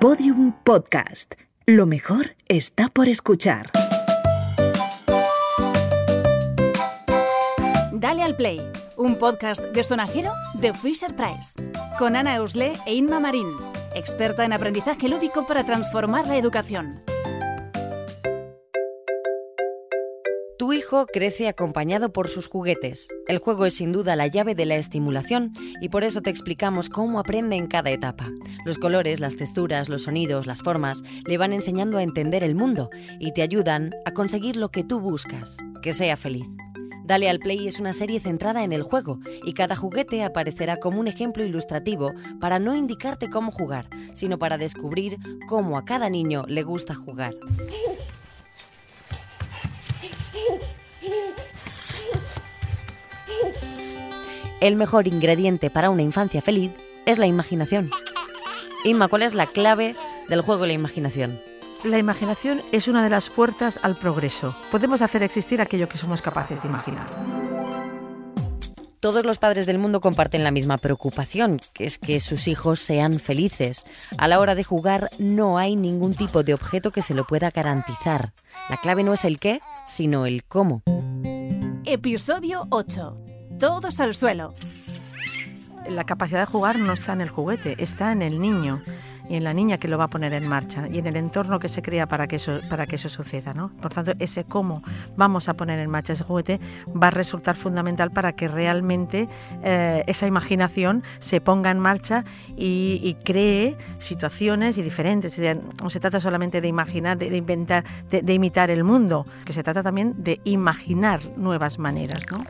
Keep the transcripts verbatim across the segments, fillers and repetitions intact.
Podium Podcast. Lo mejor está por escuchar. Dale al Play, un podcast de Sonajero de Fisher Price, con Ana Eusle e Inma Marín, experta en aprendizaje lúdico para transformar la educación. Tu hijo crece acompañado por sus juguetes. El juego es sin duda la llave de la estimulación y por eso te explicamos cómo aprende en cada etapa. Los colores, las texturas, los sonidos, las formas le van enseñando a entender el mundo y te ayudan a conseguir lo que tú buscas, que sea feliz. Dale al Play es una serie centrada en el juego y cada juguete aparecerá como un ejemplo ilustrativo para no indicarte cómo jugar, sino para descubrir cómo a cada niño le gusta jugar. El mejor ingrediente para una infancia feliz es la imaginación. Inma, ¿cuál es la clave del juego de la imaginación? La imaginación es una de las puertas al progreso. Podemos hacer existir aquello que somos capaces de imaginar. Todos los padres del mundo comparten la misma preocupación, que es que sus hijos sean felices. A la hora de jugar no hay ningún tipo de objeto que se lo pueda garantizar. La clave no es el qué, sino el cómo. Episodio ocho. Todos al suelo. La capacidad de jugar no está en el juguete, está en el niño y en la niña que lo va a poner en marcha y en el entorno que se crea para que eso, para que eso suceda, ¿no? Por tanto, ese cómo vamos a poner en marcha ese juguete va a resultar fundamental para que realmente eh, esa imaginación se ponga en marcha y, y cree situaciones y diferentes. No se trata solamente de imaginar, de, de inventar, de, de imitar el mundo, que se trata también de imaginar nuevas maneras, ¿no?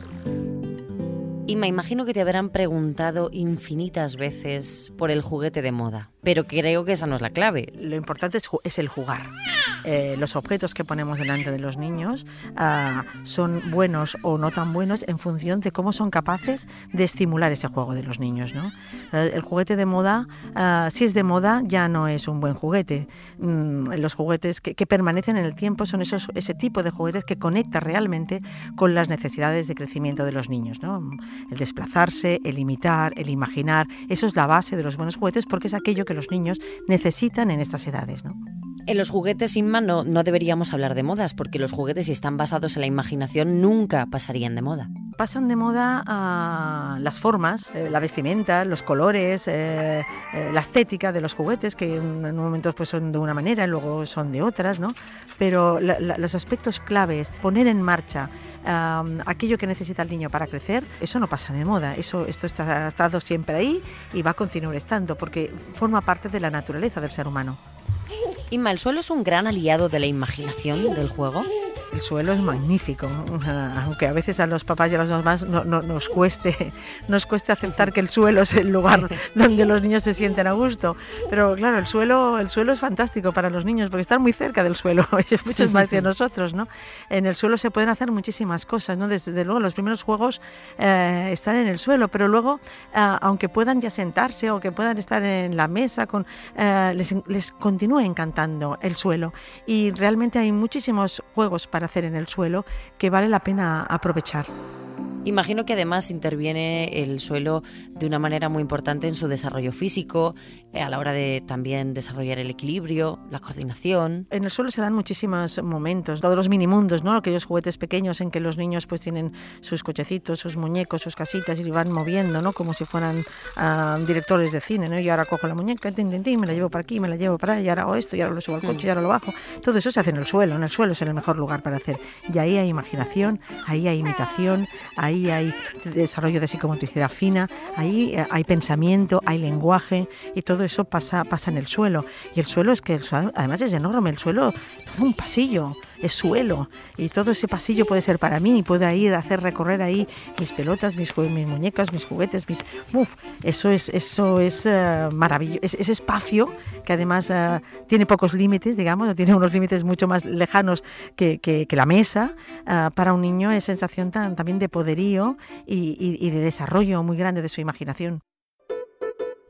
Y me imagino que te habrán preguntado infinitas veces por el juguete de moda, pero creo que esa no es la clave. Lo importante es, es el jugar. Eh, los objetos que ponemos delante de los niños uh, son buenos o no tan buenos en función de cómo son capaces de estimular ese juego de los niños, ¿no? El, el juguete de moda, uh, si es de moda, ya no es un buen juguete. Mm, los juguetes que, que permanecen en el tiempo son esos, ese tipo de juguetes que conectan realmente con las necesidades de crecimiento de los niños, ¿no? El desplazarse, el imitar, el imaginar, eso es la base de los buenos juguetes porque es aquello que los niños necesitan en estas edades, ¿no? En los juguetes, Inma, no, no deberíamos hablar de modas, porque los juguetes, si están basados en la imaginación, nunca pasarían de moda. Pasan de moda uh, las formas, eh, la vestimenta, los colores, eh, eh, la estética de los juguetes, que en, en momentos pues, son de una manera y luego son de otras, ¿no? Pero la, la, los aspectos claves, poner en marcha um, aquello que necesita el niño para crecer, eso no pasa de moda. Eso, esto está, ha estado siempre ahí y va a continuar estando, porque forma parte de la naturaleza del ser humano. Inma, ¿el suelo es un gran aliado de la imaginación del juego? El suelo es magnífico, aunque a veces a los papás y a las mamás no, no, nos cueste nos cueste aceptar que el suelo es el lugar donde los niños se sienten a gusto. Pero claro, el suelo el suelo es fantástico para los niños porque están muy cerca del suelo, muchos más que nosotros, ¿no? En el suelo se pueden hacer muchísimas cosas, ¿no? Desde luego los primeros juegos eh, están en el suelo, pero luego, eh, aunque puedan ya sentarse o que puedan estar en la mesa, con, eh, les, les continúa encantando el suelo. Y realmente hay muchísimos juegos para hacer en el suelo que vale la pena aprovechar. Imagino que además interviene el suelo de una manera muy importante en su desarrollo físico, eh, a la hora de también desarrollar el equilibrio, la coordinación. En el suelo se dan muchísimos momentos, todos los minimundos, ¿no? Aquellos juguetes pequeños en que los niños pues tienen sus cochecitos, sus muñecos, sus casitas y van moviendo, ¿no? Como si fueran uh, directores de cine, ¿no? Y ahora cojo la muñeca, tin, tin, tin, me la llevo para aquí, me la llevo para allá, y ahora hago esto, y ahora lo subo al coche, y ahora lo bajo. Todo eso se hace en el suelo, en el suelo es el mejor lugar para hacer. Y ahí hay imaginación, ahí hay imitación, ahí Ahí hay desarrollo de psicomotricidad fina, ahí hay pensamiento, hay lenguaje y todo eso pasa, pasa en el suelo. Y el suelo es que el suelo, además es enorme, el suelo, todo un pasillo, es suelo. Y todo ese pasillo puede ser para mí, puedo ir a hacer recorrer ahí mis pelotas, mis, mis muñecas, mis juguetes, mis... Uf, eso es, eso es uh, maravilloso, es, ese espacio que además uh, tiene pocos límites, digamos, tiene unos límites mucho más lejanos que, que, que la mesa, uh, para un niño es sensación tan, también de poderío y, y, y de desarrollo muy grande de su imaginación.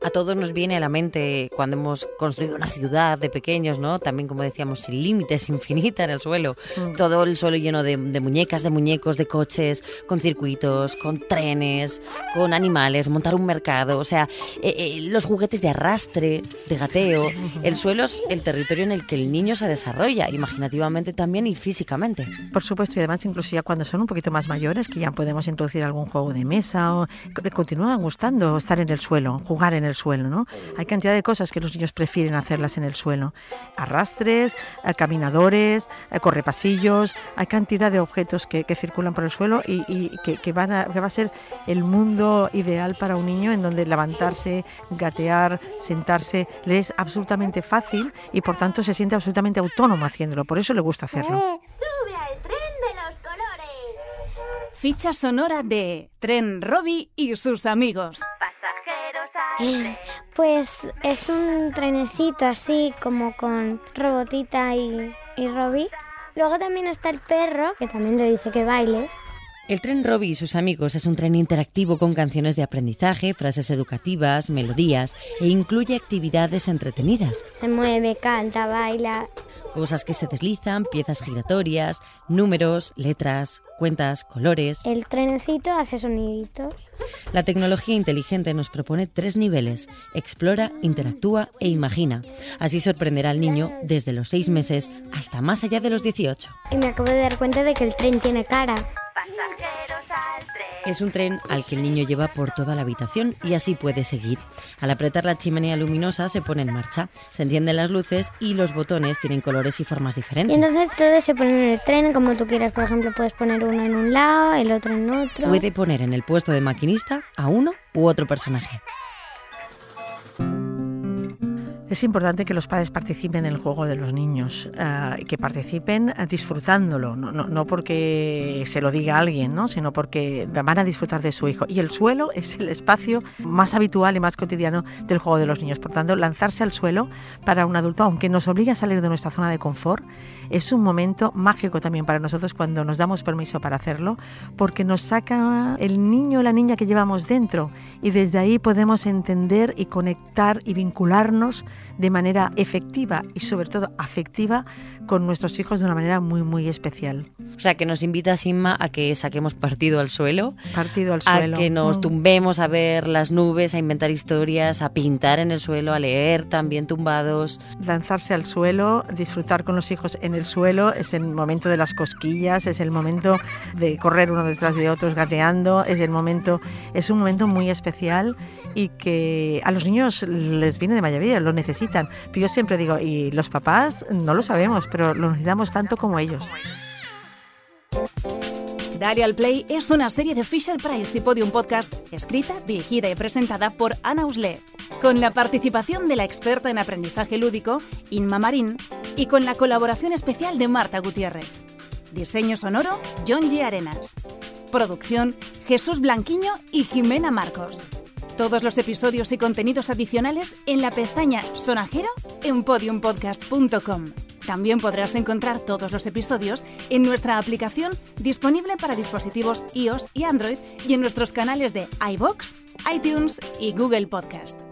A todos nos viene a la mente cuando hemos construido una ciudad de pequeños, ¿no? También, como decíamos, sin límites, infinita en el suelo. Mm. Todo el suelo lleno de, de muñecas, de muñecos, de coches, con circuitos, con trenes, con animales, montar un mercado. O sea, eh, eh, los juguetes de arrastre, de gateo. El suelo es el territorio en el que el niño se desarrolla, imaginativamente también y físicamente. Por supuesto, y además incluso ya cuando son un poquito más mayores, que ya podemos introducir algún juego de mesa, o continúan gustando estar en el suelo, jugar en el suelo, ¿no? Hay cantidad de cosas que los niños prefieren hacerlas en el suelo. Arrastres, caminadores, correpasillos, hay cantidad de objetos que, que circulan por el suelo y, y que, que, van a, que va a ser el mundo ideal para un niño, en donde levantarse, gatear, sentarse, le es absolutamente fácil y por tanto se siente absolutamente autónomo haciéndolo. Por eso le gusta hacerlo. ¡Sube al tren de los colores! Ficha sonora de Tren Robbie y sus amigos. Eh, pues es un trenecito así como con Robotita y, y Robbie. Luego también está el perro, que también te dice que bailes. El Tren Robbie y sus amigos es un tren interactivo con canciones de aprendizaje, frases educativas, melodías e incluye actividades entretenidas. Se mueve, canta, baila. Cosas que se deslizan, piezas giratorias, números, letras, cuentas, colores. El trenecito hace soniditos. La tecnología inteligente nos propone tres niveles: explora, interactúa e imagina. Así sorprenderá al niño desde los seis meses hasta más allá de los dieciocho. Y me acabo de dar cuenta de que el tren tiene cara. Es un tren al que el niño lleva por toda la habitación y así puede seguir. Al apretar la chimenea luminosa se pone en marcha, se encienden las luces y los botones tienen colores y formas diferentes. Y entonces todo se pone en el tren como tú quieras. Por ejemplo, puedes poner uno en un lado, el otro en otro. Puede poner en el puesto de maquinista a uno u otro personaje. Es importante que los padres participen en el juego de los niños, uh, que participen disfrutándolo, no, no, no porque se lo diga alguien, ¿no? Sino porque van a disfrutar de su hijo. Y el suelo es el espacio más habitual y más cotidiano del juego de los niños. Por tanto, lanzarse al suelo para un adulto, aunque nos obligue a salir de nuestra zona de confort, es un momento mágico también para nosotros cuando nos damos permiso para hacerlo, porque nos saca el niño o la niña que llevamos dentro y desde ahí podemos entender y conectar y vincularnos de manera efectiva y sobre todo afectiva con nuestros hijos de una manera muy muy especial. O sea, que nos invita Inma a que saquemos partido al suelo, partido al suelo, a que nos tumbemos a ver las nubes, a inventar historias, a pintar en el suelo, a leer también tumbados. Lanzarse al suelo, disfrutar con los hijos en el suelo, es el momento de las cosquillas, es el momento de correr uno detrás de otros gateando, es el momento, es un momento muy especial y que a los niños les viene de maravilla, lo necesitan. Pero yo siempre digo, y los papás no lo sabemos, pero lo necesitamos tanto como ellos. Dale al Play es una serie de Fisher-Price y Podium Podcast escrita, dirigida y presentada por Ana Usle, con la participación de la experta en aprendizaje lúdico, Inma Marín, y con la colaboración especial de Marta Gutiérrez. Diseño sonoro, John G. Arenas. Producción, Jesús Blanquiño y Jimena Marcos. Todos los episodios y contenidos adicionales en la pestaña Sonajero en podium podcast punto com. También podrás encontrar todos los episodios en nuestra aplicación disponible para dispositivos iOS y Android y en nuestros canales de iVoox, iTunes y Google Podcast.